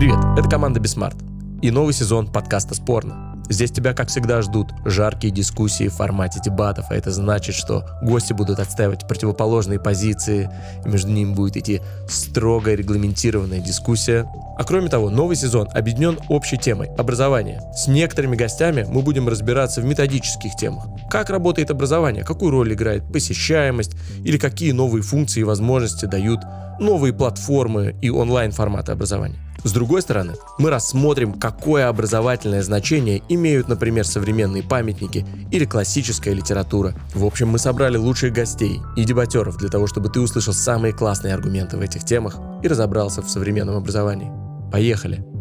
Привет, это команда Бисмарт и новый сезон подкаста «Спорно». Здесь тебя, как всегда, ждут жаркие дискуссии в формате дебатов, а это значит, что гости будут отстаивать противоположные позиции, и между ними будет идти строго регламентированная дискуссия. А кроме того, новый сезон объединен общей темой – образование. С некоторыми гостями мы будем разбираться в методических темах. Как работает образование, какую роль играет посещаемость или какие новые функции и возможности дают новые платформы и онлайн-форматы образования. С другой стороны, мы рассмотрим, какое образовательное значение имеют, например, современные памятники или классическая литература. В общем, мы собрали лучших гостей и дебатеров для того, чтобы ты услышал самые классные аргументы в этих темах и разобрался в современном образовании. Поехали!